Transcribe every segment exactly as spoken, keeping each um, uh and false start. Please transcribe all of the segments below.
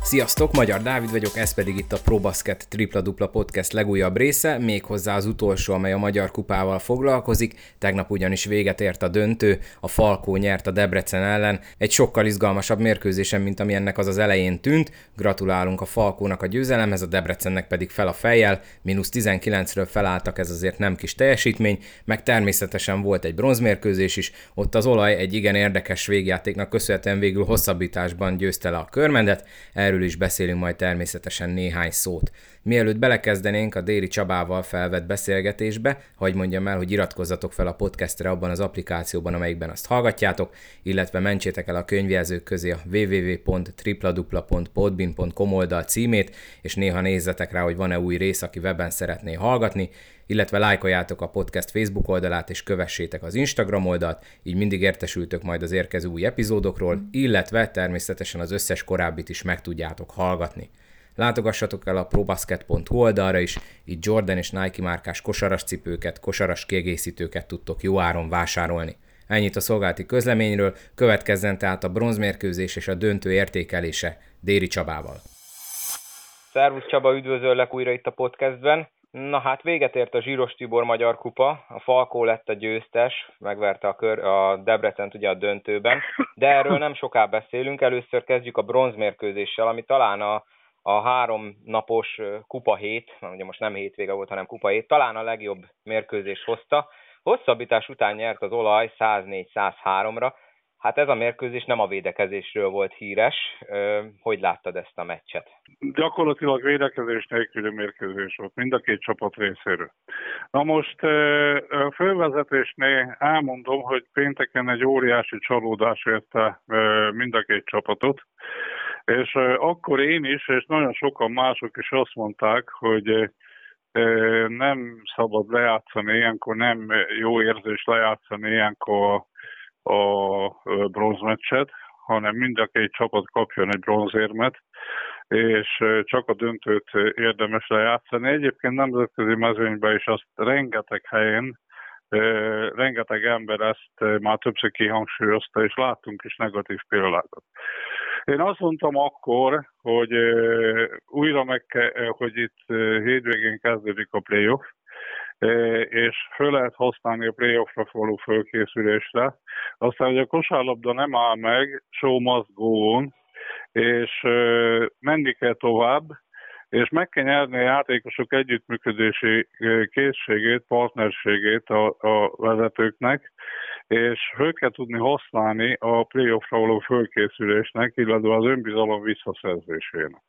Sziasztok, Magyar Dávid vagyok, ez pedig itt a ProBasket Tripla Dupla Podcast legújabb része, méghozzá az utolsó, amely a Magyar Kupával foglalkozik. Tegnap ugyanis véget ért a döntő, a Falkó nyert a Debrecen ellen, egy sokkal izgalmasabb mérkőzésen, mint ami ennek az az elején tűnt. Gratulálunk a Falkónak a győzelemhez, a Debrecennek pedig fel a fejjel, mínusz tizenkilencről felálltak, ez azért nem kis teljesítmény, meg természetesen volt egy bronzmérkőzés is, ott az Olaj egy igen érdekes végjátéknak köszönhetően végül hosszabbításban győzte le a Körmendet. Erről is beszélünk majd természetesen néhány szót. Mielőtt belekezdenénk a Déri Csabával felvett beszélgetésbe, hadd mondjam el, hogy iratkozzatok fel a podcastre abban az applikációban, amelyikben azt hallgatjátok, illetve mentsétek el a könyvjelzők közé a double-u double-u double-u pont tripladupla pont podbean pont com oldal címét, és néha nézzetek rá, hogy van-e új rész, aki webben szeretné hallgatni, illetve lájkoljátok a podcast Facebook oldalát, és kövessétek az Instagram oldalt, így mindig értesültök majd az érkező új epizódokról, illetve természetesen az összes korábbit is meg tudjátok hallgatni. Látogassatok el a probasket pont hu oldalra is, így Jordan és Nike márkás kosaras cipőket, kosaras kiegészítőket tudtok jó áron vásárolni. Ennyit a szolgálati közleményről, következzen tehát a bronzmérkőzés és a döntő értékelése Déri Csabával. Szervusz Csaba, üdvözöllek újra itt a podcastben. Na hát véget ért a Zsíros Tibor Magyar Kupa, a Falkó lett a győztes, megverte a, kör, a Debrecent ugye a döntőben, de erről nem soká beszélünk, először kezdjük a bronzmérkőzéssel, ami talán a, a három napos kupa hét, ugye most nem hétvége volt, hanem kupa hét, talán a legjobb mérkőzést hozta. Hosszabbítás után nyert az Olaj száznégy százháromra, hát ez a mérkőzés nem a védekezésről volt híres. Hogy láttad ezt a meccset? Gyakorlatilag védekezés nélküli mérkőzés volt mind a két csapat részéről. Na most a fölvezetésnél elmondom, hogy pénteken egy óriási csalódás érte mind a két csapatot, és akkor én is, és nagyon sokan mások is azt mondták, hogy nem szabad lejátszani ilyenkor, nem jó érzés lejátszani ilyenkor a bronzmeccset, hanem mind a két csapat kapjon egy bronzérmet, és csak a döntőt érdemes lejátszani. Egyébként nemzetközi mezőnyben is azt rengeteg helyen, rengeteg ember ezt már többször kihangsúlyozta, és láttunk is negatív példákat. Én azt mondtam akkor, hogy újra meg kell, hogy itt hétvégén kezdődik a playoff, és föl lehet használni a playoffra való fölkészülésre. Aztán, hogy a kosárlabda nem áll meg, show must go on, és menni kell tovább, és meg kell nyerni a játékosok együttműködési készségét, partnerségét a, a vezetőknek, és föl kell tudni használni a playoffra való fölkészülésnek, illetve az önbizalom visszaszerzésének.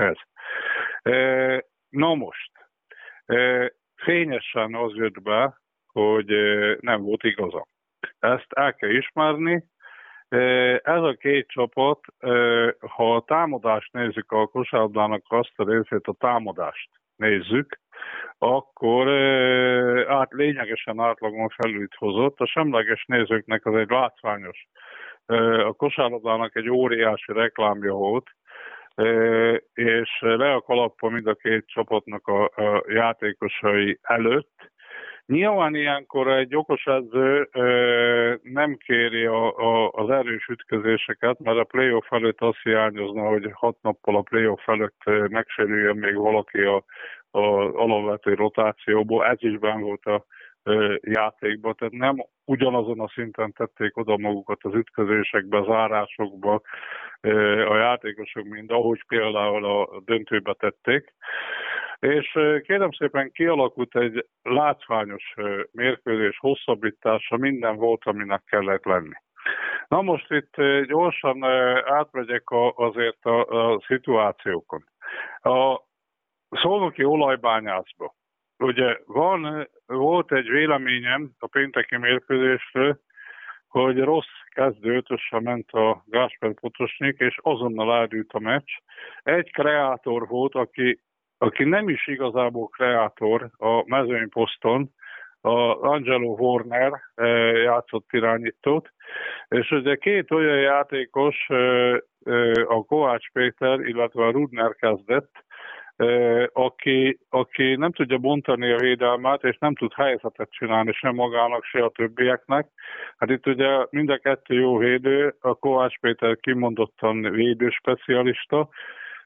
Na most, fényesen az jött be, hogy nem volt igaza. Ezt el kell ismerni. Ez a két csapat, ha a támadást nézzük, a kosárlabdának azt a részét, a támadást nézzük, akkor át, lényegesen átlagon felült hozott. A semleges nézőknek az egy látványos. A kosárlabdának egy óriási reklámja volt, és le a kalappa mind a két csapatnak a, a játékosai előtt. Nyilván ilyenkor egy okos edző nem kéri a, a, az erős ütközéseket, mert a playoff előtt azt hiányozna, hogy hat nappal a playoff előtt megsérüljön még valaki a, a alapvető rotációból. Ez is benn volt a játékban, tehát nem ugyanazon a szinten tették oda magukat az ütközésekbe, zárásokba a játékosok, mint ahogy például a döntőbe tették. És kérem szépen kialakult egy látványos mérkőzés, hosszabbítása, minden volt, aminek kellett lenni. Na most itt gyorsan átmegyek azért a, a szituációkon. A szolnoki olajbányászba. Ugye van, volt egy véleményem a pénteki mérkőzésről, hogy rossz kezdő ötössel ment a Gáspár Potosnyik, és azonnal eldőlt a meccs. Egy kreátor volt, aki, aki nem is igazából kreátor a mezőnyposzton, a Angelo Warner játszott irányítót, és ugye két olyan játékos, a Kovács Péter, illetve a Rudner kezdett, aki, aki nem tudja bontani a védelmet, és nem tud helyzetet csinálni sem magának, se a többieknek. Hát itt ugye mind a kettő jó védő, a Kovács Péter kimondottan védőspecialista,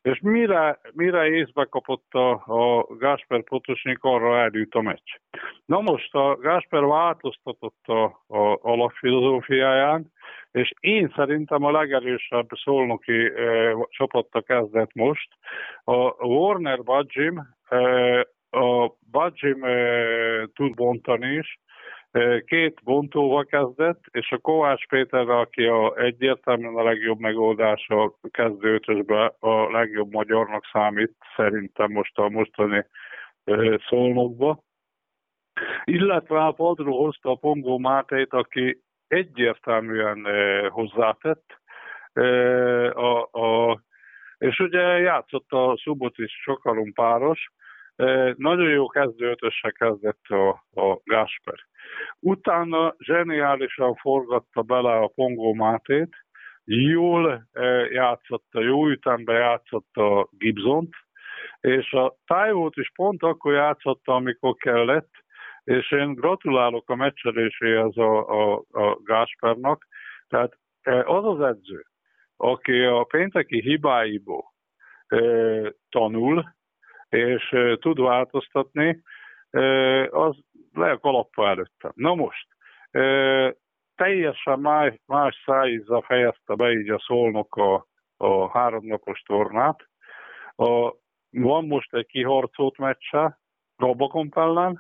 És mire, mire észbe kapott a, a Gáspár Potosnyik, arra elült a meccs. Na most a Gáspár változtatott a, a alapfilozófiáján, és én szerintem a legerősebb szolnoki e, csapattal kezdett most. A Warner Badzsim, e, a Badzsim e, tud bontani is, két bontóval kezdett, és a Kovács Péter, aki a, egyértelműen a legjobb megoldás a kezdőtösben, a legjobb magyarnak számít, szerintem most a mostani e, Szolnokba. Illetve a padról hozta a Pongó Mátét, aki egyértelműen e, hozzátett, e, a, a, és ugye játszott a Subotic Sokalom páros, e, nagyon jó kezdőtössel kezdett a, a Gáspár. Utána zseniálisan forgatta bele a Pongó Mátét, jól e, játszotta, jó ütembe játszotta a Gibsont, és a Távót is pont akkor játszotta, amikor kellett, és én gratulálok a meccseléséhez a, a, a Gáspárnak. Tehát az az edző, aki a pénteki hibáiból e, tanul, és e, tud változtatni, e, az le a kalappa előttem. Na most, e, teljesen más, más szájízza fejezte be így a Szolnok a, a háromnapos tornát. A, van most egy kiharcolt meccse, Robakomp ellen,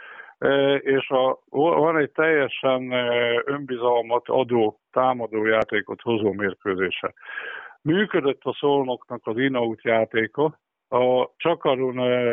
és a, van egy teljesen önbizalmat adó, támadó játékot hozó mérkőzése. Működött a Szolnoknak az in-out játéka, a Csakaron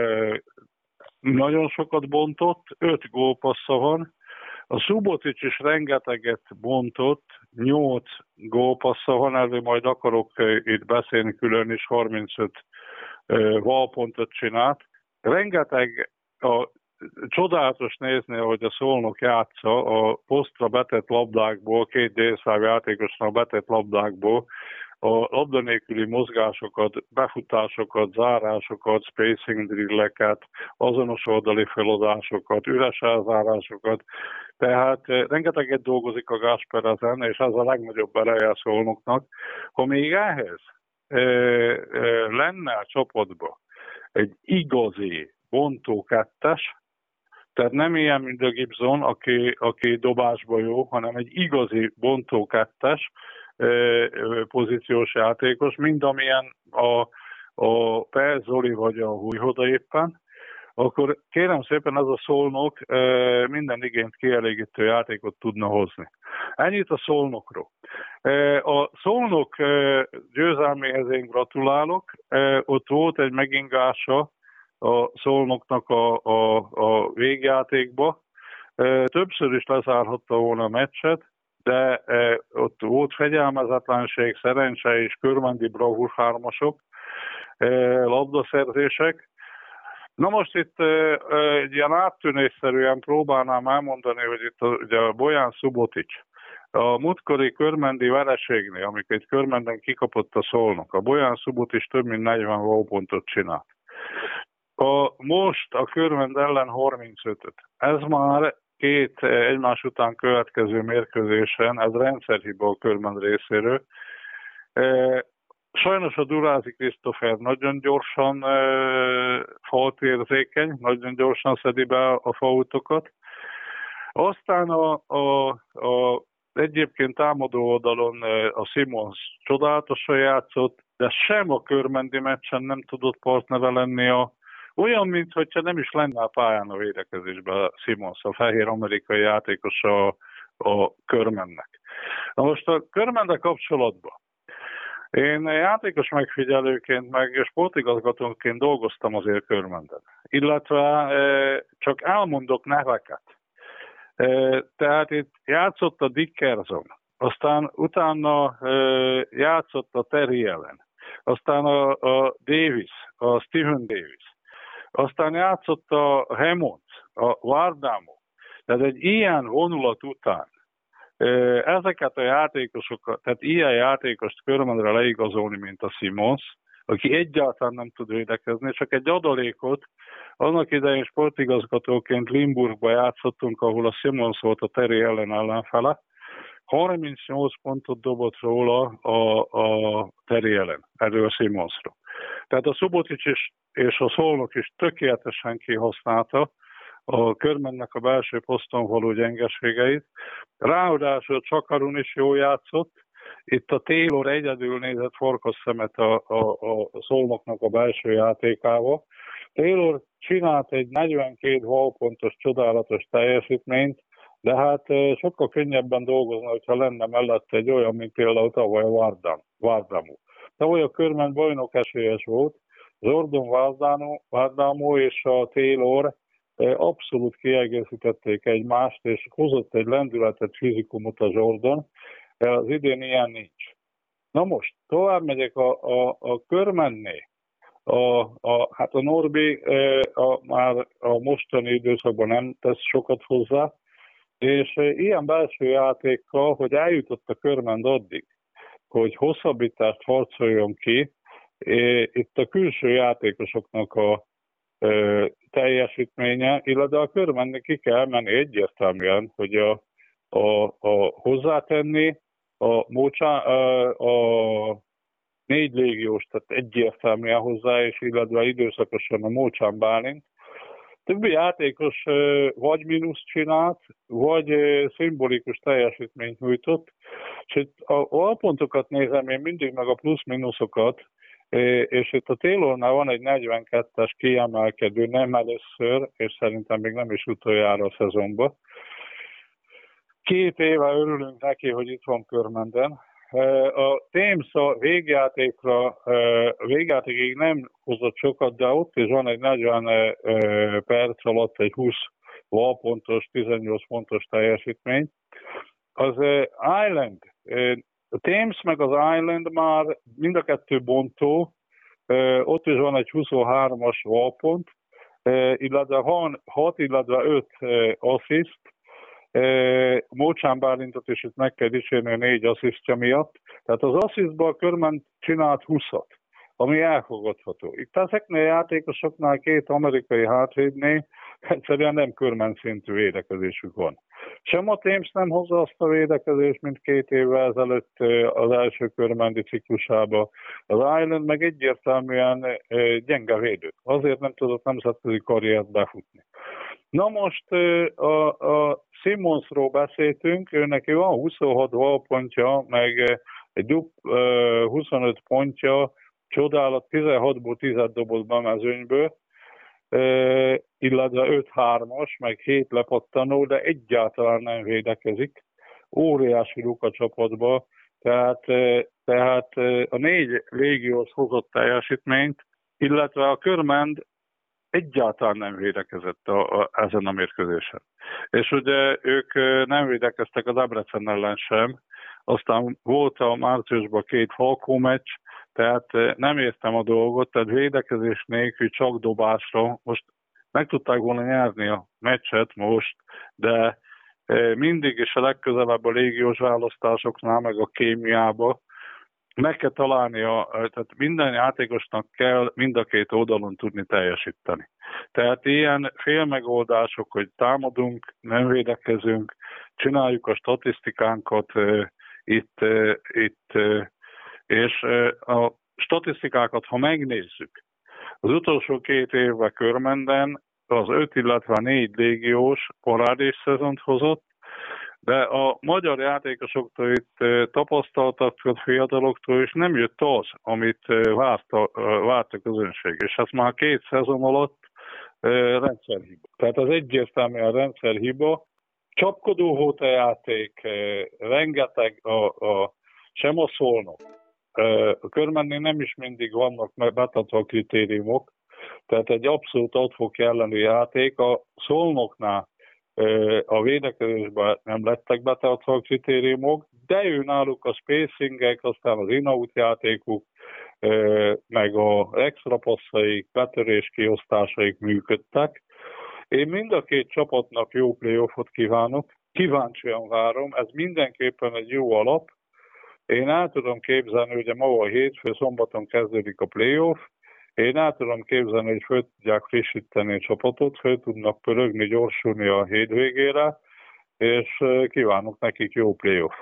nagyon sokat bontott, öt gólpassza van, a Subotic is rengeteget bontott, nyolc gólpassza van, ezért majd akarok itt beszélni külön is, harmincöt valpontot csinált. Rengeteg a csodálatos nézni, hogy a Szolnok játsza a posztra betett labdákból, két délszláv játékosnak betett labdákból, a labda nélküli mozgásokat, befutásokat, zárásokat, spacing drilleket, azonos oldali feladásokat, üres elzárásokat. Tehát rengeteget dolgozik a Gáspár ezen, és ez a legnagyobb ereje a Szolnoknak. Ha még ehhez e, e, lenne a csapatban egy igazi bontó kettes, tehát nem ilyen, mint a Gibson, aki, aki dobásba jó, hanem egy igazi bontó kettes e, pozíciós játékos, mind amilyen a, a Per Zoli vagy a Hújhoda éppen, akkor kérem szépen ez a Szolnok e, minden igényt kielégítő játékot tudna hozni. Ennyit a Szolnokról. E, a Szolnok e, győzelméhez én gratulálok, e, ott volt egy megingása a Szolnoknak a, a, a végjátékba. Többször is lezárhatta volna a meccset, de ott volt fegyelmezetlenség, szerencse és körmendi bravúr hármasok, labdaszerzések. Na most itt egy ilyen áttűnésszerűen próbálnám elmondani, hogy itt a, ugye a Bojan Subotic, a múltkori körmendi vereségnél, amikor itt körmenden kikapott a Szolnok, a Bojan Subotic több mint negyven gólpontot csinált. A, most a Körmend ellen harmincötöt. Ez már két egymás után következő mérkőzésen, ez rendszerhiba a Körmend részéről. E, sajnos a Durázi Krisztófer nagyon gyorsan e, faltérzékeny, nagyon gyorsan szedi be a fautokat. Aztán a, a, a egyébként támadó oldalon a Simons csodálatosan játszott, de sem a körmendi meccsen nem tudott partnere lenni a olyan, mintha nem is lenne a pályán a védekezésben Simons, a fehér amerikai játékos a, a Körmennek. Na most a Körmennel kapcsolatban én játékos megfigyelőként, meg sportigazgatóként dolgoztam azért Körmenden. Illetve csak elmondok neveket. Tehát itt játszott a Dickerson, aztán utána játszott a Terry ellen, aztán a, a Davis, a Stephen Davis, aztán játszott a Hammond, a Vardamo. Tehát egy ilyen vonulat után ezeket a játékosokat, tehát ilyen játékost Körmendre leigazolni, mint a Simons, aki egyáltalán nem tud védekezni, csak egy adalékot, annak idején sportigazgatóként Limburgba játszottunk, ahol a Simons volt a Terry ellen ellenfele, harmincnyolc pontot dobott róla a, a Terry ellen, erről a Simonsról. Tehát a Subotics is, és a Szolnok is tökéletesen kihasználta a Körmennek a belső poszton való gyengeségeit. Ráadásul Csakarun is jól játszott. Itt a Taylor egyedül nézett farkas szemet a, a, a Szolnoknak a belső játékával. Taylor csinált egy negyvenkét gólpontos csodálatos teljesítményt, de hát sokkal könnyebben dolgozna, hogyha lenne mellette egy olyan, mint például tavaly a Vardam, Vardamu. Tavaly a Körmen bajnok esélyes volt, Zordon Vardamo és a Taylor abszolút kiegészítették egymást, és hozott egy lendületet, fizikumot a Zordon. Az idén ilyen nincs. Na most, tovább megyek a, a, a Körmenné. A, a, hát a Norbi a, már a mostani időszakban nem tesz sokat hozzá, és ilyen belső játékkal, hogy eljutott a Körmend addig, hogy hosszabbítást harcoljon ki, itt a külső játékosoknak a e, teljesítménye, illetve a Körmendnek ki kell menni egyértelműen, hogy a, a, a hozzátenni a, Mócsá, a, a négy légiós, tehát egyértelműen hozzá, és illetve időszakosan a Mócsán Bálint. Többi játékos vagy mínusz csinált, vagy szimbolikus teljesítményt nyújtott, és itt a alpontokat nézem én mindig, meg a plusz-minuszokat, és itt a Taylornál van egy negyvenkettes kiemelkedő, nem először, és szerintem még nem is utoljára a szezonban. Két éve örülünk neki, hogy itt van Körmenden. A Thames a végjátékra, a végjátékig nem hozott sokat, de ott is van egy negyven perc alatt egy húsz valpontos, tizennyolc pontos teljesítmény. Az Island, a Thames meg az Island már mind a kettő bontó, ott is van egy huszonhármas valpont, illetve van hat, illetve öt assziszt. Mócsán Bálintot is itt meg kell dicsérni a négy asszisztja miatt. Tehát az asszisztban a Körmen csinált húszat, ami elfogadható. Itt ezeknél a játékosoknál, két amerikai hátvédnél egyszerűen nem Körmen szintű védekezésük van. Sem a Thames nem hozza azt a védekezést, mint két évvel ezelőtt az első körmendi ciklusában. Az Island meg egyértelműen gyenge védő. Azért nem tudott nemzetközi karriert befutni. Na most a, a Simmonsról beszéltünk, ő neki van huszonhat gólpontja, meg egy dub, huszonöt pontja, csodálat, tizenhatból tízet dobott be mezőnyből, illetve öt hármas, meg hét lepattanó, de egyáltalán nem védekezik. Óriási luk a csapatba, tehát, tehát a négy légiós hozott teljesítményt, illetve a Körmend egyáltalán nem védekezett a, a, ezen a mérkőzésen. És ugye ők nem védekeztek a Debrecen ellen sem, aztán volt a márciusban két Falkó meccs, tehát nem értem a dolgot, tehát védekezés nélkül csak dobásra, most meg tudták volna nyerni a meccset most, de mindig is a legközelebb a légiós választásoknál, meg a kémiába meg kell találni, a, tehát minden játékosnak kell mind a két oldalon tudni teljesíteni. Tehát ilyen félmegoldások, hogy támadunk, nem védekezünk, csináljuk a statisztikánkat itt, itt és a statisztikákat, ha megnézzük, az utolsó két évben Körmenden az öt, illetve a négy légiós parádés szezont hozott, de a magyar játékosoktól itt tapasztaltatott fiataloktól is nem jött az, amit várt a, várt a közönség. És ez már két szezon alatt rendszerhiba. Tehát az egyértelműen rendszerhiba. Csapkodó volt a játék, rengeteg a, a sem a Szolnok. A Körmennél nem is mindig vannak betartva kritériumok, tehát egy abszolút adhok jellemű játék. A Szolnoknál a védekezésben nem lettek betartva a kritériumok, de ő náluk a spacingek, aztán az in-out játékuk, meg a extra passzaik, betörés kiosztásaik működtek. Én mind a két csapatnak jó playoffot kívánok, kíváncsian várom, ez mindenképpen egy jó alap. Én el tudom képzelni, hogy ma a hétfő, szombaton kezdődik a playoff, én el tudom képzelni, hogy föl tudják frissíteni a csapatot, föl tudnak pörögni, gyorsulni a hétvégére, és kívánok nekik jó playoffot.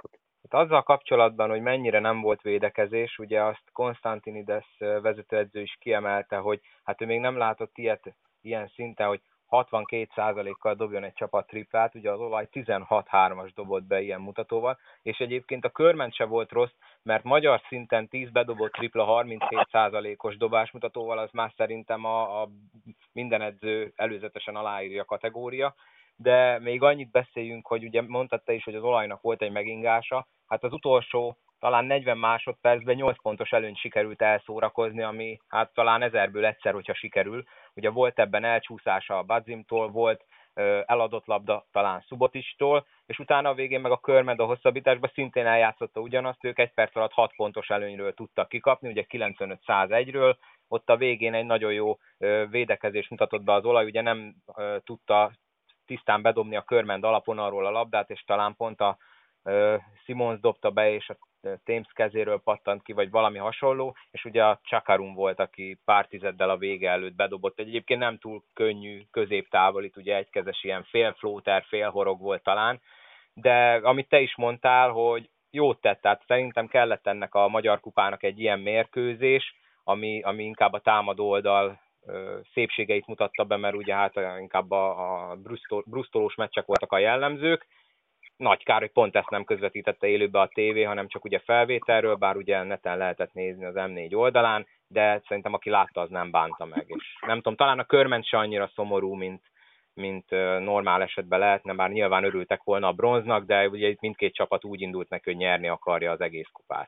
Hát azzal kapcsolatban, hogy mennyire nem volt védekezés, ugye azt Konstantinides vezetőedző is kiemelte, hogy hát ő még nem látott ilyet, ilyen szinten, hogy hatvankét százalékkal dobjon egy csapat triplát, ugye az Olaj tizenhat hármas dobott be ilyen mutatóval, és egyébként a körment se volt rossz, mert magyar szinten tíz bedobott tripla harminchét százalékos dobásmutatóval, az már szerintem a, a minden edző előzetesen aláírja kategória, de még annyit beszéljünk, hogy ugye mondtad te is, hogy az Olajnak volt egy megingása, hát az utolsó talán negyven másodpercben nyolc pontos előnyt sikerült elszórakozni, ami hát talán ezerből egyszer, hogyha sikerül. Ugye volt ebben elcsúszása a Badzimtól, volt eladott labda talán Subotistól, és utána a végén meg a Körmed a hosszabbításban szintén eljátszotta ugyanazt, ők egy perc alatt hat pontos előnyről tudtak kikapni, ugye kilencvenöt száz egyről, ott a végén egy nagyon jó védekezés mutatott be az Olaj, ugye nem tudta tisztán bedobni a Körmend alapvonalról a labdát, és talán pont a Simons dobta be, és a Thames kezéről pattant ki, vagy valami hasonló, és ugye a Csakarum volt, aki pár tizeddel a vége előtt bedobott. Egyébként nem túl könnyű középtávolit, ugye egykezes ilyen fél flóter, fél horog volt talán, de amit te is mondtál, hogy jót tett, tehát szerintem kellett ennek a Magyar Kupának egy ilyen mérkőzés, ami, ami inkább a támadó oldal szépségeit mutatta be, mert ugye hát inkább a, a brusztolós meccsek voltak a jellemzők. Nagy kár, hogy pont ezt nem közvetítette élőbe a tévé, hanem csak ugye felvételről, bár ugye neten lehetett nézni az em négy oldalán, de szerintem aki látta, az nem bánta meg. És nem tudom, talán a Körment se annyira szomorú, mint, mint normál esetben lehetne, bár nyilván örültek volna a bronznak, de ugye itt mindkét csapat úgy indult neki, hogy nyerni akarja az egész kupát.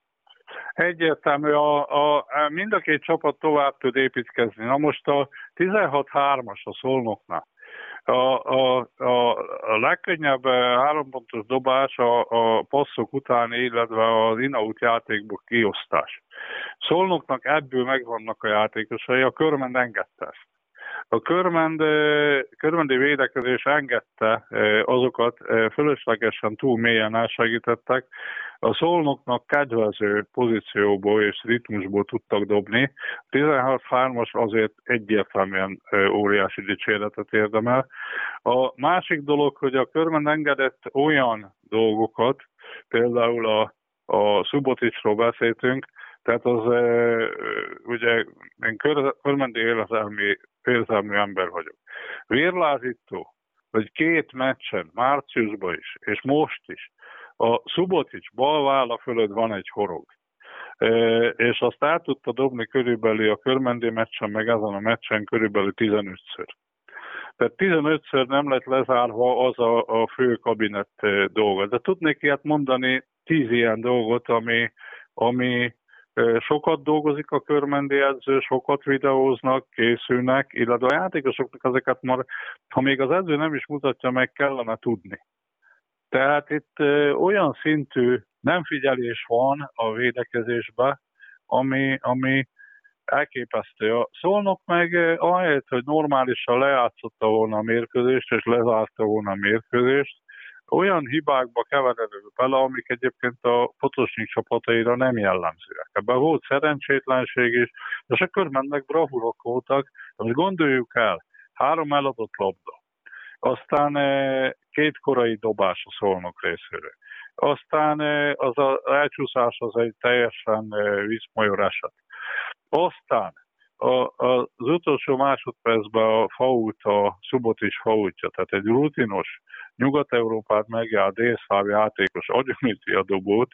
Egyértelmű, a, a, mind a két csapat tovább tud építkezni. Na most a tizenhat hármas a Szolnoknál. A, a, a, a legkönnyebb hárompontos dobás a, a passzok utáni, illetve az in-out játékból kiosztás. Szolnoknak ebből megvannak a játékosai, a Körmend engedte ezt. A körmend, körmendi védekezés engedte azokat, fölöslegesen túl mélyen elsegítettek. A Szolnoknak kedvező pozícióból és ritmusból tudtak dobni. A tizenhat hármas azért egyértelműen óriási dicséretet érdemel. A másik dolog, hogy a Körmend engedett olyan dolgokat, például a, a Suboticsról beszéltünk, tehát az, ugye, én körmendi érzelmi, érzelmű ember vagyok. Vérlázító, hogy két meccsen, márciusban is, és most is, a Subotics bal válla fölött van egy horog. És azt el tudta dobni körülbelül a körmendi meccsen, meg ezen a meccsen körülbelül tizenötször. Tehát tizenötször nem lett lezárva az a, a fő kabinett dolga. De tudnék ilyet mondani tíz ilyen dolgot, ami, ami sokat dolgozik a körmendi edző, sokat videóznak, készülnek, illetve a játékosoknak ezeket már, ha még az edző nem is mutatja meg, kellene tudni. Tehát itt olyan szintű nem figyelés van a védekezésben, ami, ami elképesztő. A Szolnok meg ahelyett, hogy normálisan lejátszotta volna a mérkőzést, és lezárta volna a mérkőzést, olyan hibákba keveredő bele, amik egyébként a Potosnyik csapataira nem jellemzőek. Ebben volt szerencsétlenség is, és a Körmendnek bravúrok voltak. Most gondoljuk el, három eladott labda, aztán két korai dobás a Szolnok részéről. Aztán az a elcsúszás az egy teljesen viszmajor eset. Aztán a, a, az utolsó másodpercben a fault, a Subotics faultja, tehát egy rutinos, Nyugat-Európát megjár délszláv játékos agyonüti a dobót,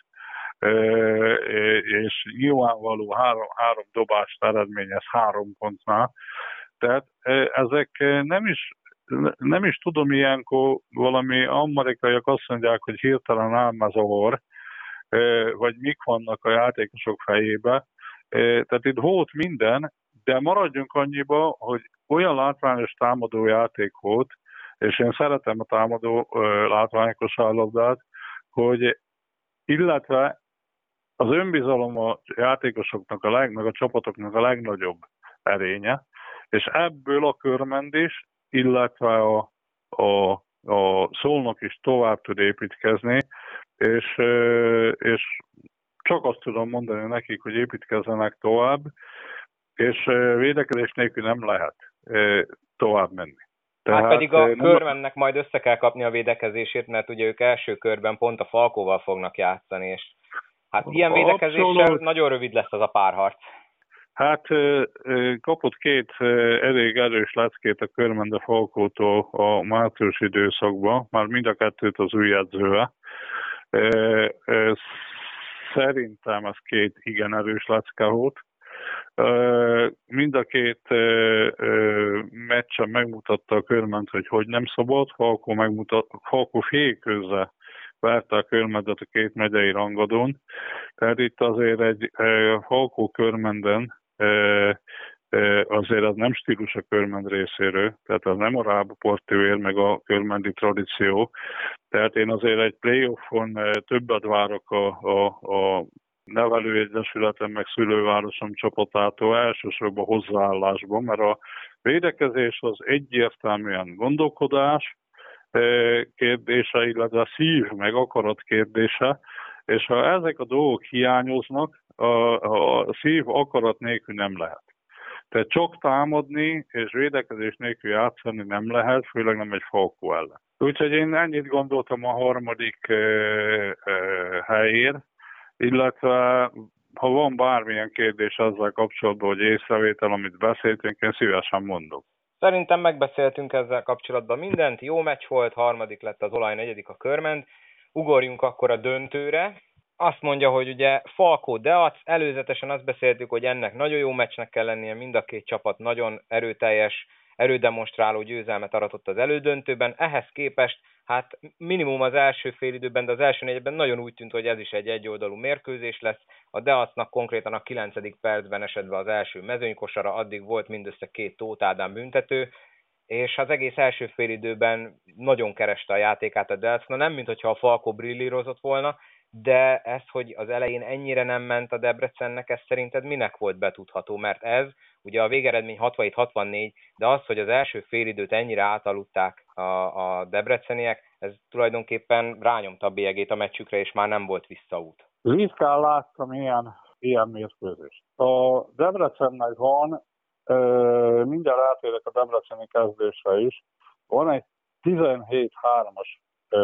és nyilvánvaló három, három dobást eredményez három pontnál. Tehát ezek nem is, nem is tudom, ilyenkor valami amerikaiak azt mondják, hogy hirtelen álmazavar, vagy mik vannak a játékosok fejébe. Tehát itt volt minden, de maradjunk annyiba, hogy olyan látványos támadó játék volt, és én szeretem a támadó látványos kosárlabdát, hogy illetve az önbizalom a játékosoknak, a leg, meg a csapatoknak a legnagyobb erénye, és ebből a Körmend is, illetve a, a, a Szolnok is tovább tud építkezni, és, és csak azt tudom mondani nekik, hogy építkezzenek tovább, és védekezés nélkül nem lehet tovább menni. Tehát, hát pedig a Körmennek majd össze kell kapni a védekezését, mert ugye ők első körben pont a Falkóval fognak játszani, és hát ilyen védekezéssel abszolút nagyon rövid lesz az a párharc. Hát kapott két elég erős leckét a Körmende Falkótól a március időszakban, már mind a kettőt az új edzővel. Szerintem ez két igen erős lecke volt. Mind a két meccsen megmutatta a Körment, hogy hogy nem szabad. Falkó, megmutat, Falkó félközzel verte a Körmendet a két megyei rangadón. Tehát itt azért egy Falkó Körmenden azért az nem stílus a Körmend részéről, tehát az nem a Rába Portőér, meg a körmendi tradíció. Tehát én azért egy playoffon többet várok a, a, a nevelőegyesületem meg szülővárosom csapatától, elsősorban hozzáállásban, mert a védekezés az egyértelműen gondolkodás kérdése, illetve szív meg akarat kérdése, és ha ezek a dolgok hiányoznak, a, a szív akarat nélkül nem lehet. Tehát csak támadni és védekezés nélkül játszani nem lehet, főleg nem egy Falkó ellen. Úgyhogy én ennyit gondoltam a harmadik e, e, helyér, illetve ha van bármilyen kérdés azzal kapcsolatban, hogy észrevétel, amit beszéltünk, én szívesen mondok. Szerintem megbeszéltünk ezzel kapcsolatban mindent, jó meccs volt, harmadik lett az Olaj, negyedik a Körmend. Ugorjunk akkor a döntőre. Azt mondja, hogy ugye Falkó Deac, előzetesen azt beszéltük, hogy ennek nagyon jó meccsnek kell lennie, mind a két csapat nagyon erőteljes, erődemonstráló győzelmet aratott az elődöntőben. Ehhez képest, hát minimum az első félidőben, de az első négyben nagyon úgy tűnt, hogy ez is egy egyoldalú mérkőzés lesz. A Deacnak konkrétan a kilencedik percben esett be az első mezőnykosara, addig volt mindössze két Tóth Ádám büntető, és az egész első félidőben nagyon kereste a játékát a Deac. Na nem, mintha a Falkó brillírozott volna, de ez, hogy az elején ennyire nem ment a Debrecennek, ez szerinted minek volt betudható? Mert ez, ugye a végeredmény hatvanhét hatvannégy, de az, hogy az első félidőt ennyire átaludták a, a debreceniek, ez tulajdonképpen rányomta a bélyegét a meccsükre, és már nem volt visszaút. Ritkán láttam ilyen, ilyen mérkőzést. A Debrecennek van, mindjárt átérek a debreceni kezdésre is, van egy tizenhét hármas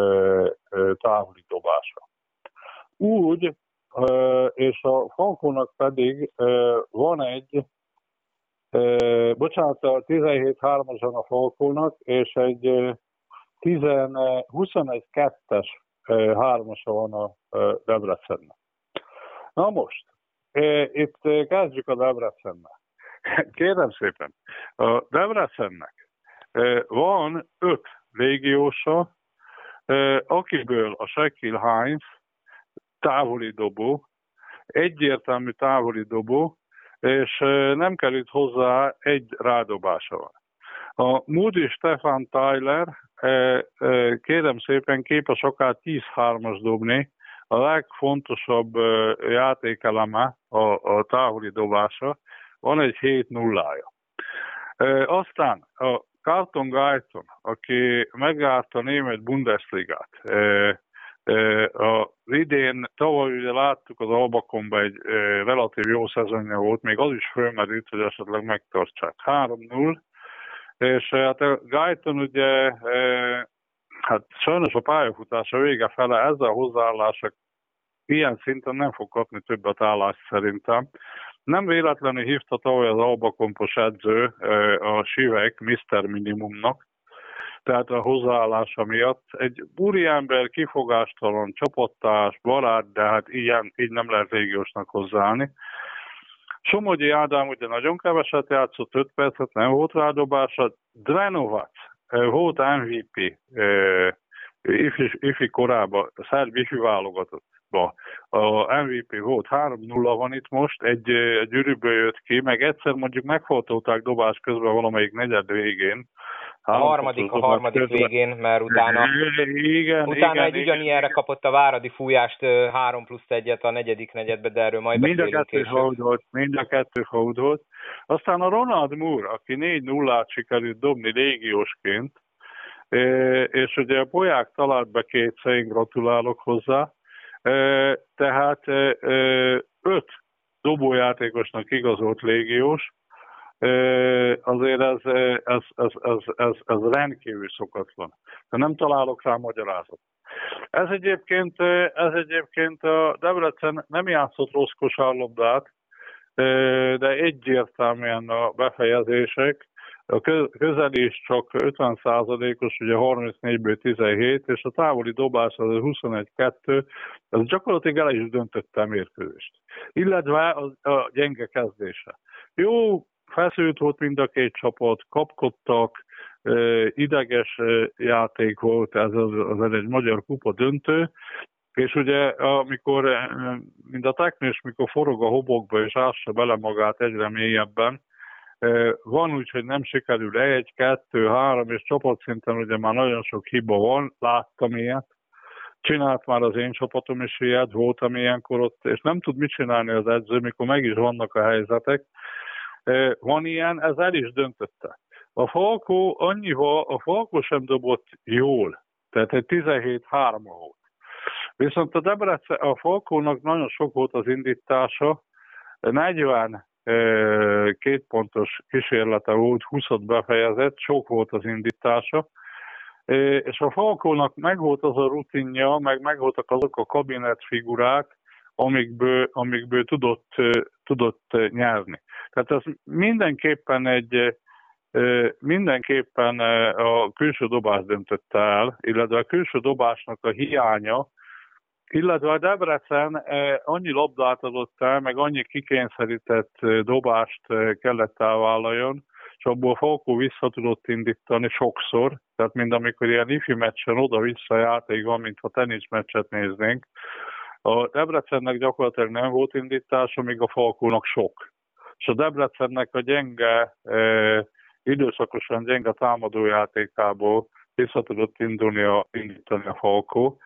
távoli dobása. Úgy, és a Falkónak pedig van egy, bocsánat, a tizenhét hármason a Falkónak, és egy huszonegy kettes hármasa van a Debrecennek. Na most, itt kezdjük a Debrecennel. Kérem szépen, a Debrecennek van öt légiósa, akiből a Shaquille Hines távoli dobó, egyértelmű távoli dobó, és nem került hozzá egy rádobása van. A Moody Stefan Tyler, kérem szépen, képes akár tíz hármas dobni, a legfontosabb játékeleme a, a távoli dobása, van egy hét nullája. Aztán a Carlton Guyton, aki megjárta a német Bundesligát, az idén, tavaly ugye láttuk az Albakonban egy relatív jó szezonja volt, még az is fölmerült, hogy esetleg megtartsák. három null, és hát a Guyton ugye, hát sajnos a pályafutása vége fele, ezzel a hozzáállása ilyen szinten nem fog kapni többet állást szerintem. Nem véletlenül hívta tavaly az Albakompos edző a Sivek miszter Minimumnak, tehát a hozzáállása miatt. Egy úriember, kifogástalan, csapattárs, barát, de hát ilyen, így nem lehet régiósnak hozzáállni. Somogyi Ádám ugye nagyon keveset játszott, öt percet, nem volt rádobása. Drenovac volt em vé pé ifi, ifi korában, a szerb ifi válogatottban. A em vé pé volt, három nulla van itt most, egy, egy gyűrűből jött ki, meg egyszer mondjuk megfordulták dobás közben valamelyik negyed végén. A harmadik, a harmadik végén, mert utána, igen, utána igen, egy ugyanilyenre igen. kapott a Váradi fújást három plusz egyet a negyedik negyedbe, de erről majd mind beszélünk később. Mind, mind a kettő hódolt. Aztán a Ronald Moore, aki négy nullát sikerült dobni légiósként, és ugye a Polyák talált be kétszer, én gratulálok hozzá, tehát öt dobójátékosnak igazolt légiós, azért ez, ez, ez, ez, ez, ez rendkívül szokatlan. De nem találok rá magyarázatot. Ez egyébként, ez egyébként a Debrecen nem játszott rossz kosárlabdát, de egyértelműen a befejezések, a közelés csak ötven százalékos, ugye harmincnégyből tizenhét, és a távoli dobás az huszonegy kettő, ez gyakorlatilag el is döntötte a mérkőzést. Illetve a, a gyenge kezdése. Jó, feszült volt mind a két csapat, kapkodtak, ideges játék volt, ez az, az egy magyar kupa döntő, és ugye amikor, mint a teknős, mikor forog a hobokba és ássa bele magát egyre mélyebben, van úgy, hogy nem sikerül egy, kettő, három, és csapatszinten ugye már nagyon sok hiba van, láttam ilyet, csinált már az én csapatom is ilyet, voltam ilyenkor ott, és nem tud mit csinálni az edző, mikor meg is vannak a helyzetek. Van ilyen, ez el is döntötte. A Falkó annyival, a Falkó sem dobott jól, tehát egy tizenhét három volt. Viszont a Debrecen, a Falkónak nagyon sok volt az indítása, negyven két pontos kísérlete volt, húszat befejezett, sok volt az indítása, és a Falkónak megvolt az a rutinja, meg megvoltak azok a kabinetfigurák, amikből, amikből tudott, tudott nyerni. Tehát ez mindenképpen egy mindenképpen a külső dobás döntötte el, illetve a külső dobásnak a hiánya, illetve a Debrecen annyi labdát adott el, meg annyi kikényszerített dobást kellett elvállaljon, és abból Falkó vissza tudott indítani sokszor, tehát mind amikor ilyen ifi meccsen oda-vissza játék van, mintha teniszmeccset néznénk. A Debrecennek gyakorlatilag nem volt indítása, míg a Falkónak sok. És a Debrecennek a gyenge, eh, időszakosan gyenge támadójátékából vissza tudott indulni a, indítani a Falkó.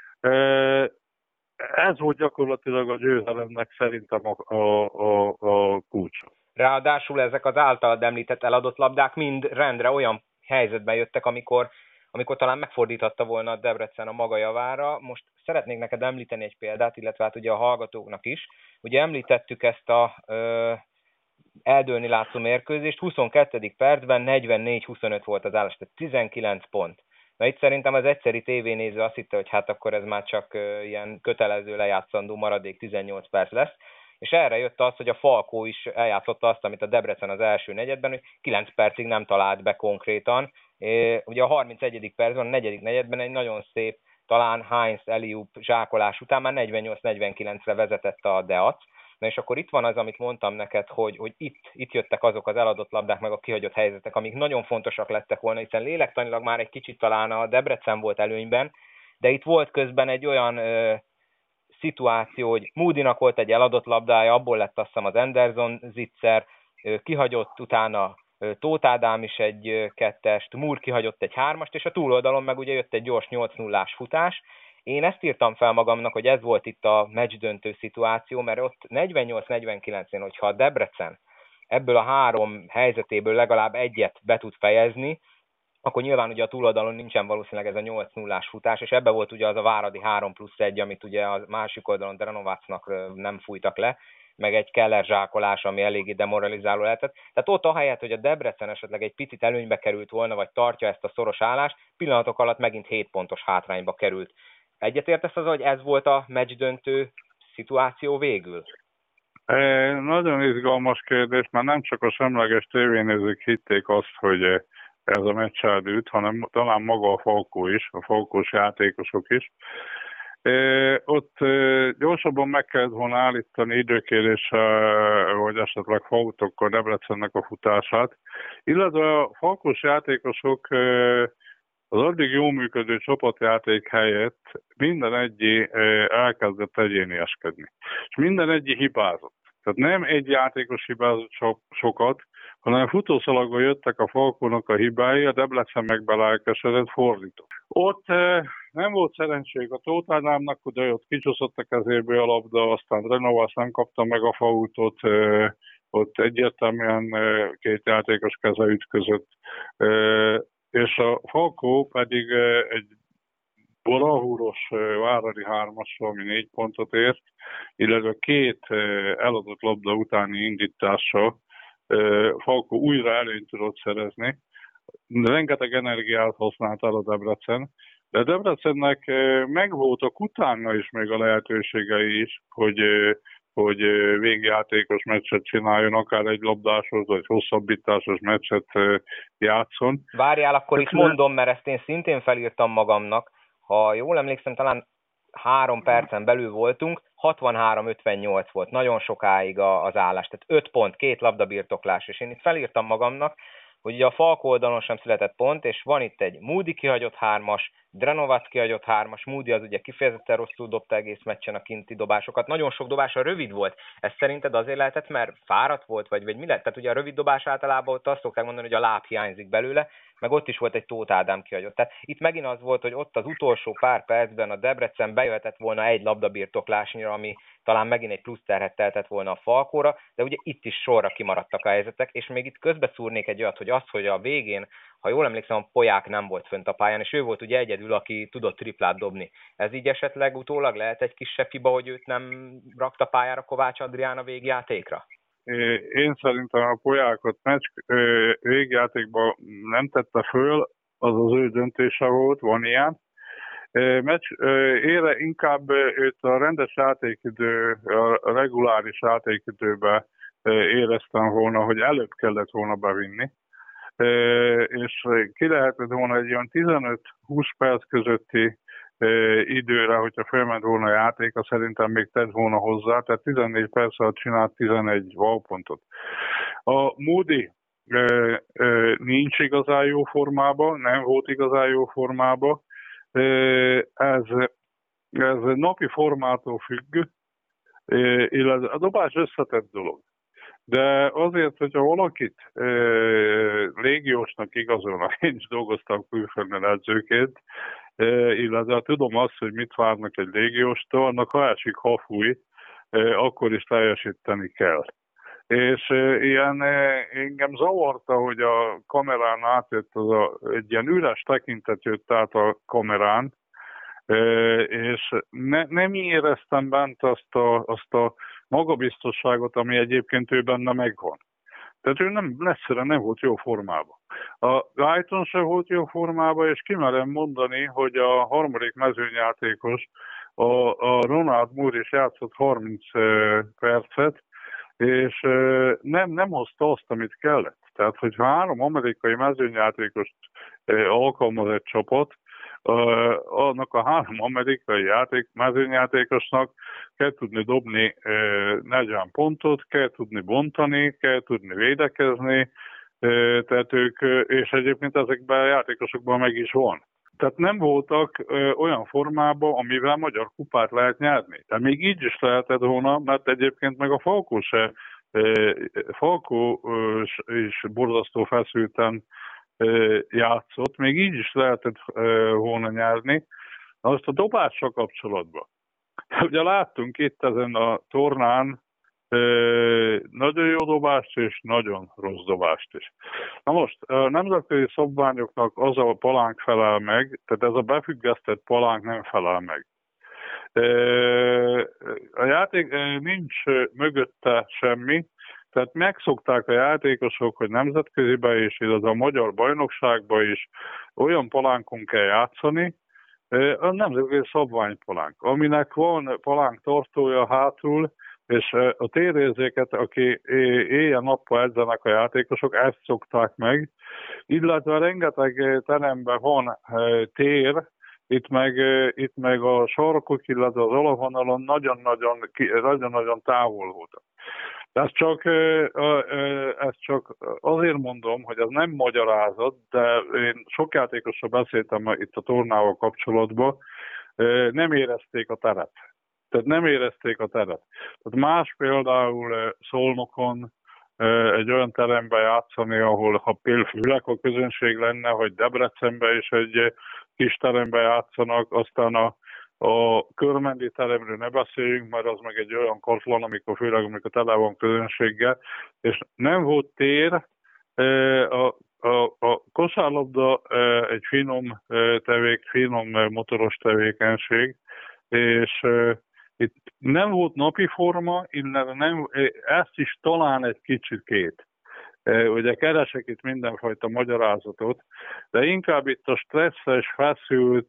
Eh, ez volt gyakorlatilag a győzelemnek szerintem a, a, a, a kulcsa. Ráadásul ezek az általad említett eladott labdák mind rendre olyan helyzetben jöttek, amikor, amikor talán megfordíthatta volna a Debrecen a maga javára. Most szeretnék neked említeni egy példát, illetve hát ugye a hallgatóknak is. Ugye említettük ezt a ö, eldőlni látszó mérkőzést, huszonkettedik percben negyvennégy huszonöt volt az állás, tehát tizenkilenc pont. Na itt szerintem az egyszeri tévénéző azt hitte, hogy hát akkor ez már csak ö, ilyen kötelező lejátszandó maradék tizennyolc perc lesz. És erre jött az, hogy a Falkó is eljátszotta azt, amit a Debrecen az első negyedben, hogy kilenc percig nem talált be konkrétan. Ugye a harmincegyedik percben, a negyedik negyedben egy nagyon szép, talán Heinz Eliup zsákolás után már negyvennyolc negyvenkilencre vezetett a Deac. Na és akkor itt van az, amit mondtam neked, hogy, hogy itt, itt jöttek azok az eladott labdák, meg a kihagyott helyzetek, amik nagyon fontosak lettek volna, hiszen lélektanilag már egy kicsit talán a Debrecen volt előnyben, de itt volt közben egy olyan ö, szituáció, hogy Moodynak volt egy eladott labdája, abból lett azt hiszem az Anderson zicser, kihagyott utána Tóth Ádám is egy kettest, Moore kihagyott egy hármast, és a túloldalon meg ugye jött egy gyors nyolc nullás futás. Én ezt írtam fel magamnak, hogy ez volt itt a meccsdöntő szituáció, mert ott negyvennyolc negyvenkilencén, hogyha a Debrecen ebből a három helyzetéből legalább egyet be tud fejezni, akkor nyilván ugye a túloldalon nincsen valószínűleg ez a nyolc nullás futás, és ebbe volt ugye az a váradi három plusz egy, amit ugye a másik oldalon Dranovácnak nem fújtak le, meg egy Keller zsákolás, ami eléggé demoralizáló lehetett. Tehát ott ahelyett, hogy a Debrecen esetleg egy picit előnybe került volna, vagy tartja ezt a szoros állást, pillanatok alatt megint hét pontos hátrányba került. Egyetértesz az, hogy ez volt a meccsdöntő szituáció végül? É, nagyon izgalmas kérdés, mert nem csak a semleges tévénézők hitték azt, hogy ez a meccs eldőlt, hanem talán maga a Falkó is, a Falkós játékosok is. É, ott é, gyorsabban meg kellett volna állítani időkéréssel, vagy esetleg fautokkal Debrecennek a futását, illetve a Falkós játékosok é, az addig jól működő csapatjáték helyett minden egyi elkezdett egyénieskedni. És minden egyi hibázott. Tehát nem egy játékos hibázott so- sokat, hanem futószalagban jöttek a Falkónak a hibái, a Debrecen meg belelkesedett, fordított. Ott eh, nem volt szerencség a Tóth Ádámnak, hogy ott kicsúszott a kezéből a labda, aztán Drenovász nem kapta meg a fautot, eh, ott egyértelműen eh, két játékos keze ütközött. Eh, és a Falkó pedig eh, egy bravúros eh, váradi hármassal, ami négy pontot ért, illetve két eh, eladott labda utáni indítással Falkó újra előnyt tudott szerezni. Rengeteg energiát használtál a Debrecen, de Debrecennek megvoltak utána is még a lehetőségei is, hogy, hogy végjátékos meccset csináljon, akár egy labdásos vagy hosszabbításos meccset játszon. Várjál, akkor itt mondom, mert ezt én szintén felírtam magamnak. Ha jól emlékszem, talán három percen belül voltunk, hatvanhárom ötvennyolc volt, nagyon sokáig az állás, tehát öt pont, két labdabirtoklás, és én itt felírtam magamnak, hogy ugye a Falkó oldalon sem született pont, és van itt egy Moody kihagyott hármas, Dranovac kihagyott hármas, Moody az ugye kifejezetten rosszul dobta egész meccsen a kinti dobásokat, nagyon sok dobása rövid volt. Ez szerinted azért lehetett, mert fáradt volt, vagy, vagy mi lett? Tehát ugye a rövid dobás általában ott azt szokták mondani, hogy a láb hiányzik belőle, meg ott is volt egy Tóth Ádám kihagyott. Tehát itt megint az volt, hogy ott az utolsó pár percben a Debrecen bejöhetett volna egy labdabirtoklásnyira, ami talán megint egy plusz terhet teltett volna a Falkóra, de ugye itt is sorra kimaradtak a helyzetek, és még itt közbeszúrnék egy olyat, hogy az, hogy a végén, ha jól emlékszem, a Polyák nem volt fönt a pályán, és ő volt ugye egyedül, aki tudott triplát dobni. Ez így esetleg utólag lehet egy kisebb hiba, hogy őt nem rakta pályára Kovács Adrián a végjátékra? Én szerintem a Polyákot meccs végjátékban nem tette föl, az az ő döntése volt, van ilyen. Meccs, ére inkább őt a rendes játékidő, a reguláris játékidőben éreztem volna, hogy előbb kellett volna bevinni. És ki lehetett volna egy olyan tizenöt-húsz perc közötti időre, hogyha felment volna a játéka, szerintem még tett volna hozzá, tehát tizennégy perc alatt csinált tizenegy valpontot. A Moody nincs igazán jó formában, nem volt igazán jó formában. Ez, ez napi formától függ, illetve a dobás összetett dolog. De azért, hogyha valakit e, légiósnak igazolnak, én is dolgoztam külföldön edzőként, e, illetve tudom azt, hogy mit várnak egy légióstól, annak ha esik, ha fúj, e, akkor is teljesíteni kell. És e, ilyen e, engem zavarta, hogy a kamerán átjött az a, egy ilyen üres tekintet jött át a kamerán, e, és ne, nem éreztem bent azt a, azt a magabiztosságot, ami egyébként ő benne megvan. Tehát ő nem, messzire nem volt jó formában. A Brighton sem volt jó formában, és kimerem mondani, hogy a harmadik mezőnyjátékos, a, a Ronald Moore is játszott harminc percet, és nem, nem hozta azt, amit kellett. Tehát, hogy három amerikai mezőnyjátékost alkalmaz egy csapat, annak a három amerikai játék, mezőnyjátékosnak kell tudni dobni negyven pontot, kell tudni bontani, kell tudni védekezni, tehát ők, és egyébként ezekben a játékosokban meg is van. Tehát nem voltak olyan formában, amivel magyar kupát lehet nyerni. De még így is lehetett volna, mert egyébként meg a Falkó se, Falkó is borzasztó feszülten játszott, még így is lehetett volna nyerni. Na azt a dobással kapcsolatban. Ugye láttunk itt ezen a tornán nagyon jó dobást és nagyon rossz dobást is. Na most, a nemzetközi szabványoknak az a palánk felel meg, tehát ez a befüggesztett palánk nem felel meg. A játék nincs mögötte semmi, tehát megszokták a játékosok, hogy nemzetköziben is, illetve a magyar bajnokságban is olyan palánkon kell játszani, a nemzetközi szabványpalánk, aminek van palánk tartója hátul, és a térérzéket, aki éjjel-nappal edzenek a játékosok, ezt szokták meg, illetve rengeteg teremben van tér, itt meg, itt meg a sarkok, illetve az alapvonalon nagyon-nagyon, nagyon-nagyon távol voltak. Ezt csak, ezt csak azért mondom, hogy ez nem magyarázat, de én sok játékossal beszéltem itt a tornával kapcsolatban, nem érezték a teret. Tehát nem érezték a teret. Tehát más például Szolnokon egy olyan teremben játszani, ahol ha például a közönség lenne, hogy Debrecenben is egy kis teremben játszanak, aztán a A körmendi teremről ne beszéljünk, mert az meg egy olyan kortlan, amikor főleg amikor tele van közönséggel, és nem volt tér. A, a, a kosárlabda egy finom tevék, finom motoros tevékenység, és itt nem volt napi forma, illetve nem, ezt is talán egy kicsit két. Ugye keresek itt mindenfajta magyarázatot, de inkább itt a stresszes, feszült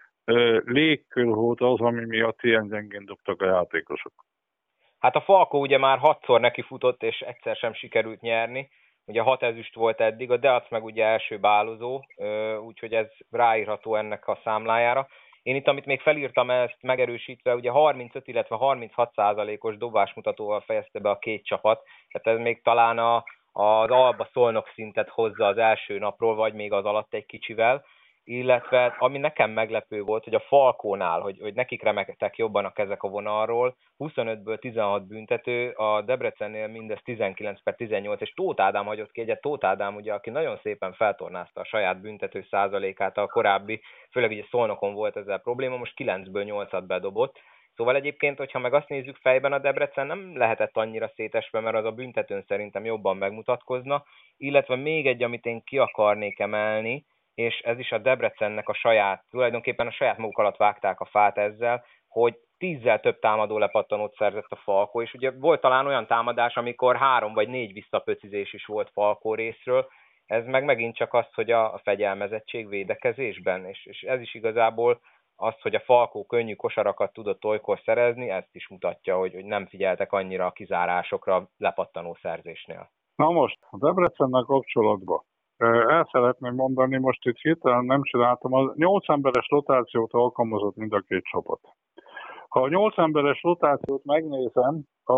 légkör volt az, ami miatt ilyen gyengén dobtak a játékosok. Hát a Falkó ugye már hatszor neki futott, és egyszer sem sikerült nyerni. Ugye hat ezüst volt eddig, a Deac meg ugye első bálozó, úgyhogy ez ráírható ennek a számlájára. Én itt, amit még felírtam ezt megerősítve, ugye harmincöt, illetve harminchat százalékos dobásmutatóval fejezte be a két csapat, tehát ez még talán a, az Alba Szolnok szintet hozza az első napról, vagy még az alatt egy kicsivel, illetve ami nekem meglepő volt, hogy a Falkónál, hogy, hogy nekik remektek jobban a kezek a vonalról, huszonötből tizenhat büntető, a Debrecennél mindez tizenkilenc per tizennyolc, és Tóth Ádám hagyott ki egyet. Tóth Ádám, ugye, aki nagyon szépen feltornázta a saját büntető százalékát a korábbi, főleg ugye Szolnokon volt ezzel probléma, most kilencből nyolcat bedobott. Szóval egyébként, hogyha meg azt nézzük fejben, a Debrecen nem lehetett annyira szétesve, mert az a büntetőn szerintem jobban megmutatkozna, illetve még egy, amit én ki akarnék emelni, és ez is a Debrecennek a saját, tulajdonképpen a saját maguk alatt vágták a fát ezzel, hogy tízzel több támadó lepattanót szerzett a Falkó, és ugye volt talán olyan támadás, amikor három vagy négy visszapöcizés is volt Falkó részről, ez meg megint csak az, hogy a fegyelmezettség védekezésben, és, és ez is igazából az, hogy a Falkó könnyű kosarakat tudott olykor szerezni, ezt is mutatja, hogy, hogy nem figyeltek annyira a kizárásokra lepattanó szerzésnél. Na most, a Debrecennel kapcsolatban el szeretném mondani, most itt hirtelen nem csináltam, a nyolc emberes rotációt alkalmazott mind a két csapat. Ha a nyolc emberes rotációt megnézem, a,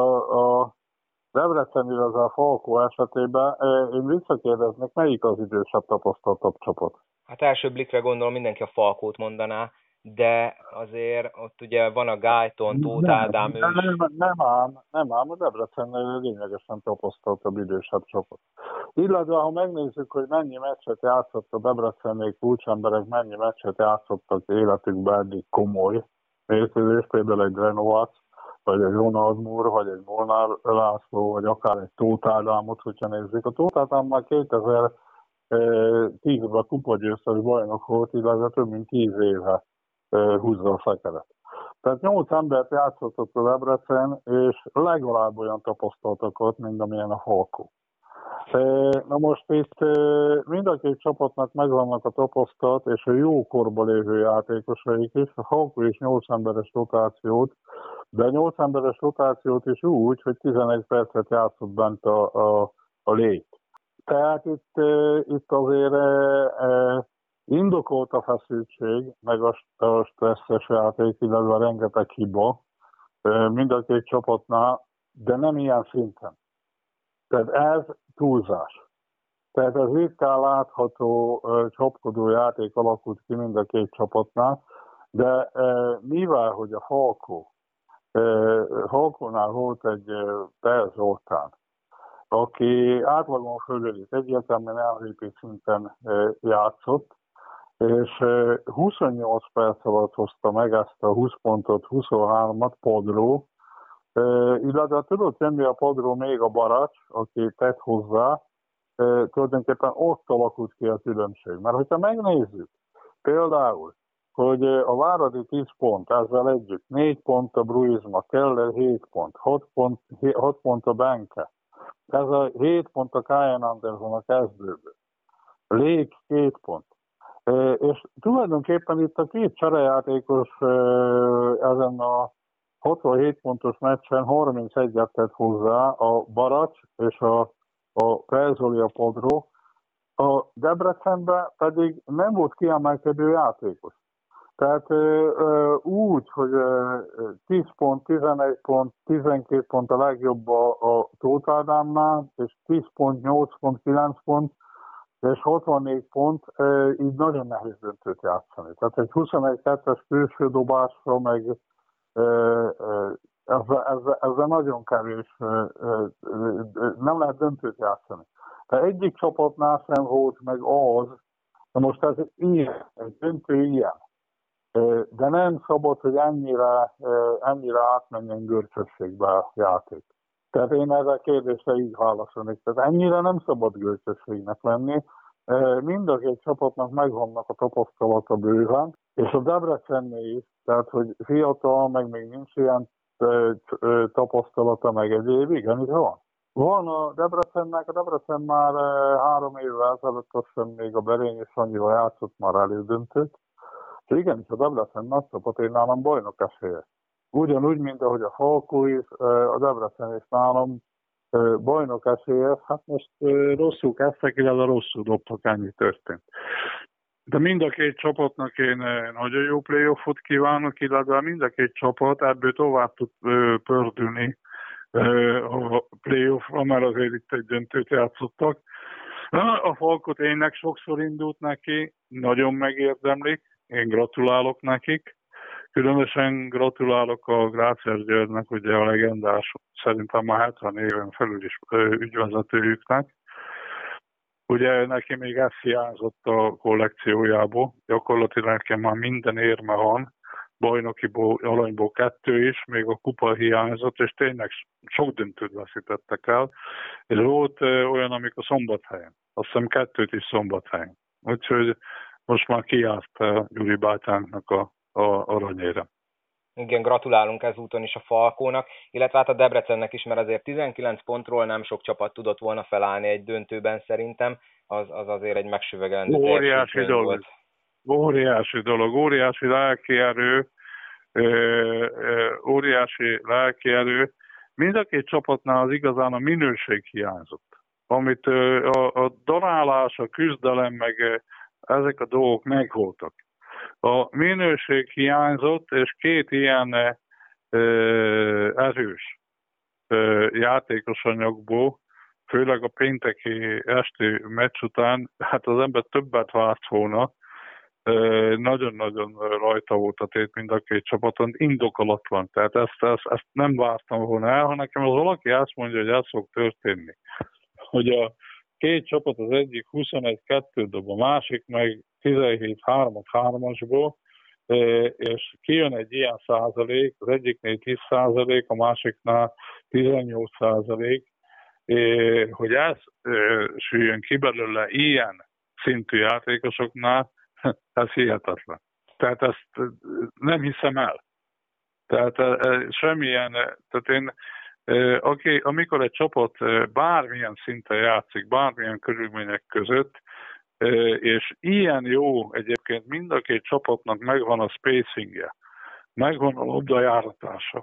a, a Debrecen, illetve a Falkó esetében, én visszakérdeznek, melyik az idősebb, tapasztaltabb csapat? Hát első blikre gondolom mindenki a Falkót mondaná, de azért ott ugye van a Gájton, Tóth Ádám, ő is. Nem, nem ám, nem ám, a Debrecen lényegesen tapasztaltabb idősebb csapat. Illetve, ha megnézzük, hogy mennyi meccset játszott a Debrecennék kulcsemberek, mennyi meccset játszottak életükben eddig komoly mérkőzés, például egy Grenovac, vagy egy Ronald Moore, vagy egy Molnár László, vagy akár egy Tóth Ádámot, hogyha nézzük. A Tóth Ádám már kétezer-tízben kupagyőztes bajnok volt, illetve több mint tíz éve húzza a szekeret. Tehát nyolc embert játszottak a Debrecen, és legalább olyan tapasztaltak ott, mint amilyen a Falkó. Na most itt mind a két csapatnak megvannak a tapasztalat, és a jó korba lévő játékosaik is. A Falkó is nyolc emberes rotációt, de nyolc emberes rotációt is úgy, hogy tizenegy percet játszott bent a, a, a lét. Tehát itt, itt azért indokolt a feszültség, meg a, a stresszes játék, illetve rengeteg hiba mind a két csapatnál, de nem ilyen szinten. Tehát ez túlzás. Tehát ez ritkán látható csapkodó játék alakult ki mind a két csapatnál, de mivel, hogy a Falkó, Falkónál volt egy Per Zoltán, aki átlagon fölül egyértelműen elvépi szinten játszott, és huszonnyolc perc alatt hozta meg ezt a húsz pontot, huszonhármat padról, illetve tudott jönni a padról még a Baracs, aki tett hozzá, tulajdonképpen ott alakult ki a különbség. Mert hogyha megnézzük, például, hogy a Váradi tíz pont, ezzel együtt négy pont a Bruizma, Keller hét pont, hat pont, hat pont a Benke, ez a hét pont a Kyan Anderson a kezdőből, Lég két pont. És tulajdonképpen itt a két cserejátékos ezen a hatvanhét pontos meccsen harmincegyet tett hozzá a Baracs és a, a Perzoli a padról. A Debrecenben pedig nem volt kiemelkedő játékos. Tehát úgy, hogy tíz pont, tizenegy pont, tizenkét pont a legjobb a, a Tóth Ádámnál, és tíz pont, nyolc pont, kilenc pont, és hatvannégy pont, így nagyon nehéz döntőt játszani. Tehát egy huszonegy kettes külső dobásra, meg ezzel, ezzel, ezzel nagyon kevés, nem lehet döntőt játszani. De egyik csapatnál sem volt meg az, de most ez ilyen, egy döntő ilyen. De nem szabad, hogy ennyire, ennyire átmenjen görcsösségbe a játék. Tehát én erre a kérdésre így válaszolnék. Tehát ennyire nem szabad görcsösségnek lenni. Mind a két csapatnak megvannak a tapasztalata bőven, és a Debrecennél is, tehát hogy fiatal, meg még nincs ilyen tapasztalata, meg egyéb, igen, itt van. Van a Debrecennek, a Debrecen már eh, három évvel ezelőtt azt hiszem még a Berény és Sanyival játszott már elődöntőt. És igenis a Debrecen nagy csapat, én nálam bajnok esélye. Ugyanúgy, mint ahogy a Falkó is, eh, a Debrecen is nálam eh, bajnok esélye. Hát most eh, rosszul kezdtek, illetve rosszul dobtak, ennyi történt. De mind a két csapatnak én eh, nagyon jó playoffot kívánok, illetve mind a két csapat ebből tovább tud eh, pördülni a playoffra, mert azért itt egy döntőt játszottak. A Falkot tényleg sokszor indult neki, nagyon megérdemlik, én gratulálok nekik. Különösen gratulálok a Gráciás Györgynek, ugye a legendás, szerintem már hetven éven felül is ügyvezetőjüknek. Ugye neki még ez hiányzott a kollekciójából, gyakorlatilag nekem már minden érme van, bajnokiból, alanyból kettő is, még a kupa hiányzott, és tényleg sok döntőt veszítettek el. És volt olyan, amikor Szombathelyen, azt hiszem kettőt is Szombathelyen. Úgyhogy most már kiállt Gyuri bátyánknak a, a aranyére. Igen, gratulálunk ezúton is a Falkónak, illetve hát a Debrecennek is, mert azért tizenkilenc pontról nem sok csapat tudott volna felállni egy döntőben szerintem, az, az azért egy megsüvegelendő óriási dolog. volt. Óriási dolog, óriási lelkierő, óriási lelkierő. Mind a két csapatnál az igazán a minőség hiányzott. Amit a, a darálás, a küzdelem, meg ezek a dolgok megvoltak. A minőség hiányzott, és két ilyen erős játékos anyagból, főleg a pénteki esti meccs után, hát az ember többet várt volna, nagyon-nagyon rajta volt a tét mind a két csapaton, indokolatlan. Tehát ezt, ezt, ezt nem vártam volna el, ha nekem az valaki azt mondja, hogy ez fog történni. Hogy a két csapat, az egyik huszonegy kettő dob, a másik meg tizenhét három hármasból, és kijön egy ilyen százalék, az egyiknél tíz százalék, a másiknál tizennyolc százalék, hogy ez süljön ki belőle ilyen szintű játékosoknál, ez hihetetlen. Tehát ezt nem hiszem el. Tehát semmilyen, tehát én, aki, amikor egy csapat bármilyen szinten játszik, bármilyen körülmények között, és ilyen jó, egyébként mind a két csapatnak megvan a spacingje, megvan a labdajáratása,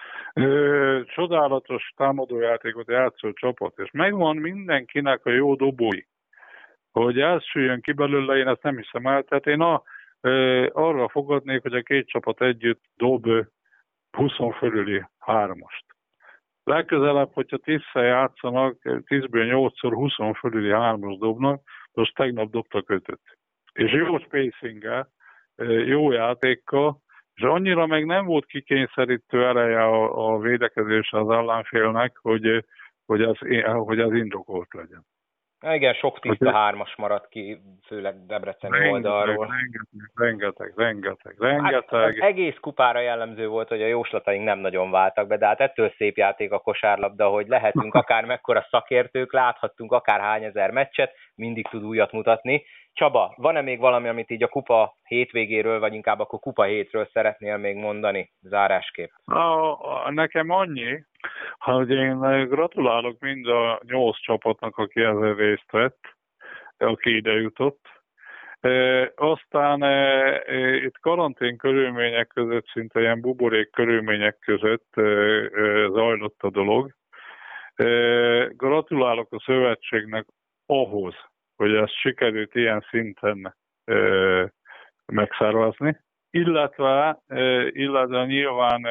csodálatos támadójátékot játszó csapat, és megvan mindenkinek a jó dobói. Hogy ez süljön ki belőle, én ezt nem hiszem el. Tehát én a, arra fogadnék, hogy a két csapat együtt dob húsz fölüli hármast. Legközelebb, hogyha tízszer játszanak, tízből nyolcszor húsz fölüli hármas dobnak, most tegnap dobtak ötöt. És jó spacinggel, jó játékkal, és annyira meg nem volt kikényszerítő ereje a, a védekezés az ellenfélnek, hogy, hogy, ez, hogy ez indokolt legyen. Na igen, sok tiszta hármas maradt ki, főleg Debreceni rengeteg, oldalról. Rengeteg, rengeteg, rengeteg, rengeteg. Hát, egész kupára jellemző volt, hogy a jóslataink nem nagyon váltak be, de hát ettől szép játék a kosárlabda, hogy lehetünk akár mekkora szakértők, láthattunk akár hány ezer meccset, mindig tud újat mutatni. Csaba, van-e még valami, amit így a kupa hétvégéről, vagy inkább akkor kupa hétről szeretnél még mondani zárásképp? A, a, nekem annyi, hogy én gratulálok mind a nyolc csapatnak, aki ezzel részt vett, aki ide jutott. E, aztán e, e, itt karantén körülmények között, szinte ilyen buborék körülmények között e, e, zajlott a dolog. E, gratulálok a szövetségnek ahhoz, hogy ezt sikerült ilyen szinten e, megszervezni. Illetve, illetve nyilván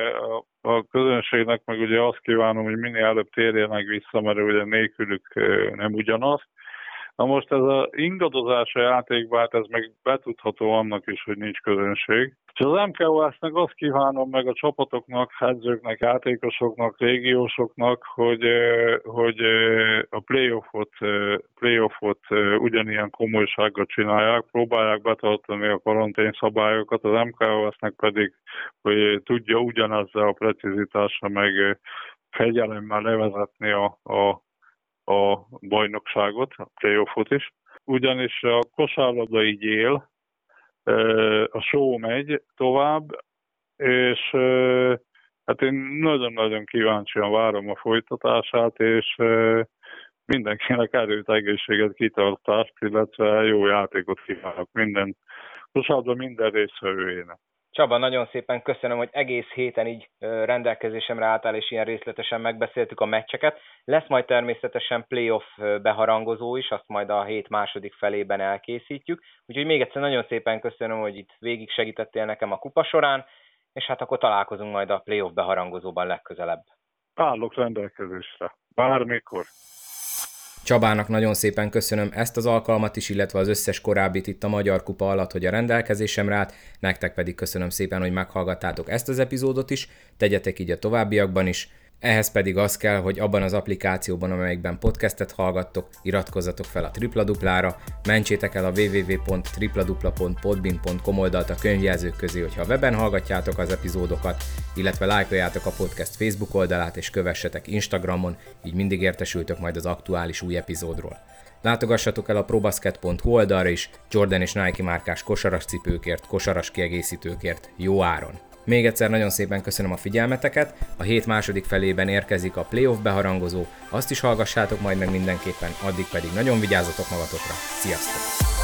a közönségnek meg ugye azt kívánom, hogy minél előbb térjenek vissza, mert ugye nélkülük nem ugyanaz. Na most ez az ingadozás a játékban, hát ez meg betudható annak is, hogy nincs közönség. És az em ká o es-nek azt kívánom meg a csapatoknak, edzőknek, játékosoknak, régiósoknak, hogy, hogy a playoffot, playoffot ugyanilyen komolysággal csinálják, próbálják betartani a karantén szabályokat, az em ká o es-nek pedig, hogy tudja ugyanezzel a precizitással meg fegyelemmel levezetni a, a a bajnokságot, a playoffot is. Ugyanis a kosárlabda így él, a show megy tovább, és Hát én nagyon-nagyon kíváncsian várom a folytatását, és mindenkinek erőt, egészséget, kitartást, illetve jó játékot kívánok minden kosárlabda minden résztvevőjének. Csaba, nagyon szépen köszönöm, hogy egész héten így rendelkezésemre álltál, és ilyen részletesen megbeszéltük a meccseket. Lesz majd természetesen playoff beharangozó is, azt majd a hét második felében elkészítjük. Úgyhogy még egyszer nagyon szépen köszönöm, hogy itt végig segítettél nekem a kupa során, és hát akkor találkozunk majd a playoff beharangozóban legközelebb. Állok rendelkezésre. Bármikor. Csabának nagyon szépen köszönöm ezt az alkalmat is, illetve az összes korábbit itt a Magyar Kupa alatt, hogy a rendelkezésemre állt, nektek pedig köszönöm szépen, hogy meghallgattátok ezt az epizódot is, tegyetek így a továbbiakban is. Ehhez pedig az kell, hogy abban az applikációban, amelyikben podcastet hallgattok, iratkozzatok fel a Tripla Duplára, mentsétek el a double-u double-u double-u pont tripla dupla pont podbean pont com oldalt a könyvjelzők közé, hogyha a weben hallgatjátok az epizódokat, illetve lájkoljátok a podcast Facebook oldalát és kövessetek Instagramon, így mindig értesültök majd az aktuális új epizódról. Látogassatok el a probasket pont hu oldalra is, Jordan és Nike márkás kosaras cipőkért, kosaras kiegészítőkért, jó áron. Még egyszer nagyon szépen köszönöm a figyelmeteket, a hét második felében érkezik a playoff beharangozó, azt is hallgassátok majd meg mindenképpen, addig pedig nagyon vigyázzatok magatokra, sziasztok!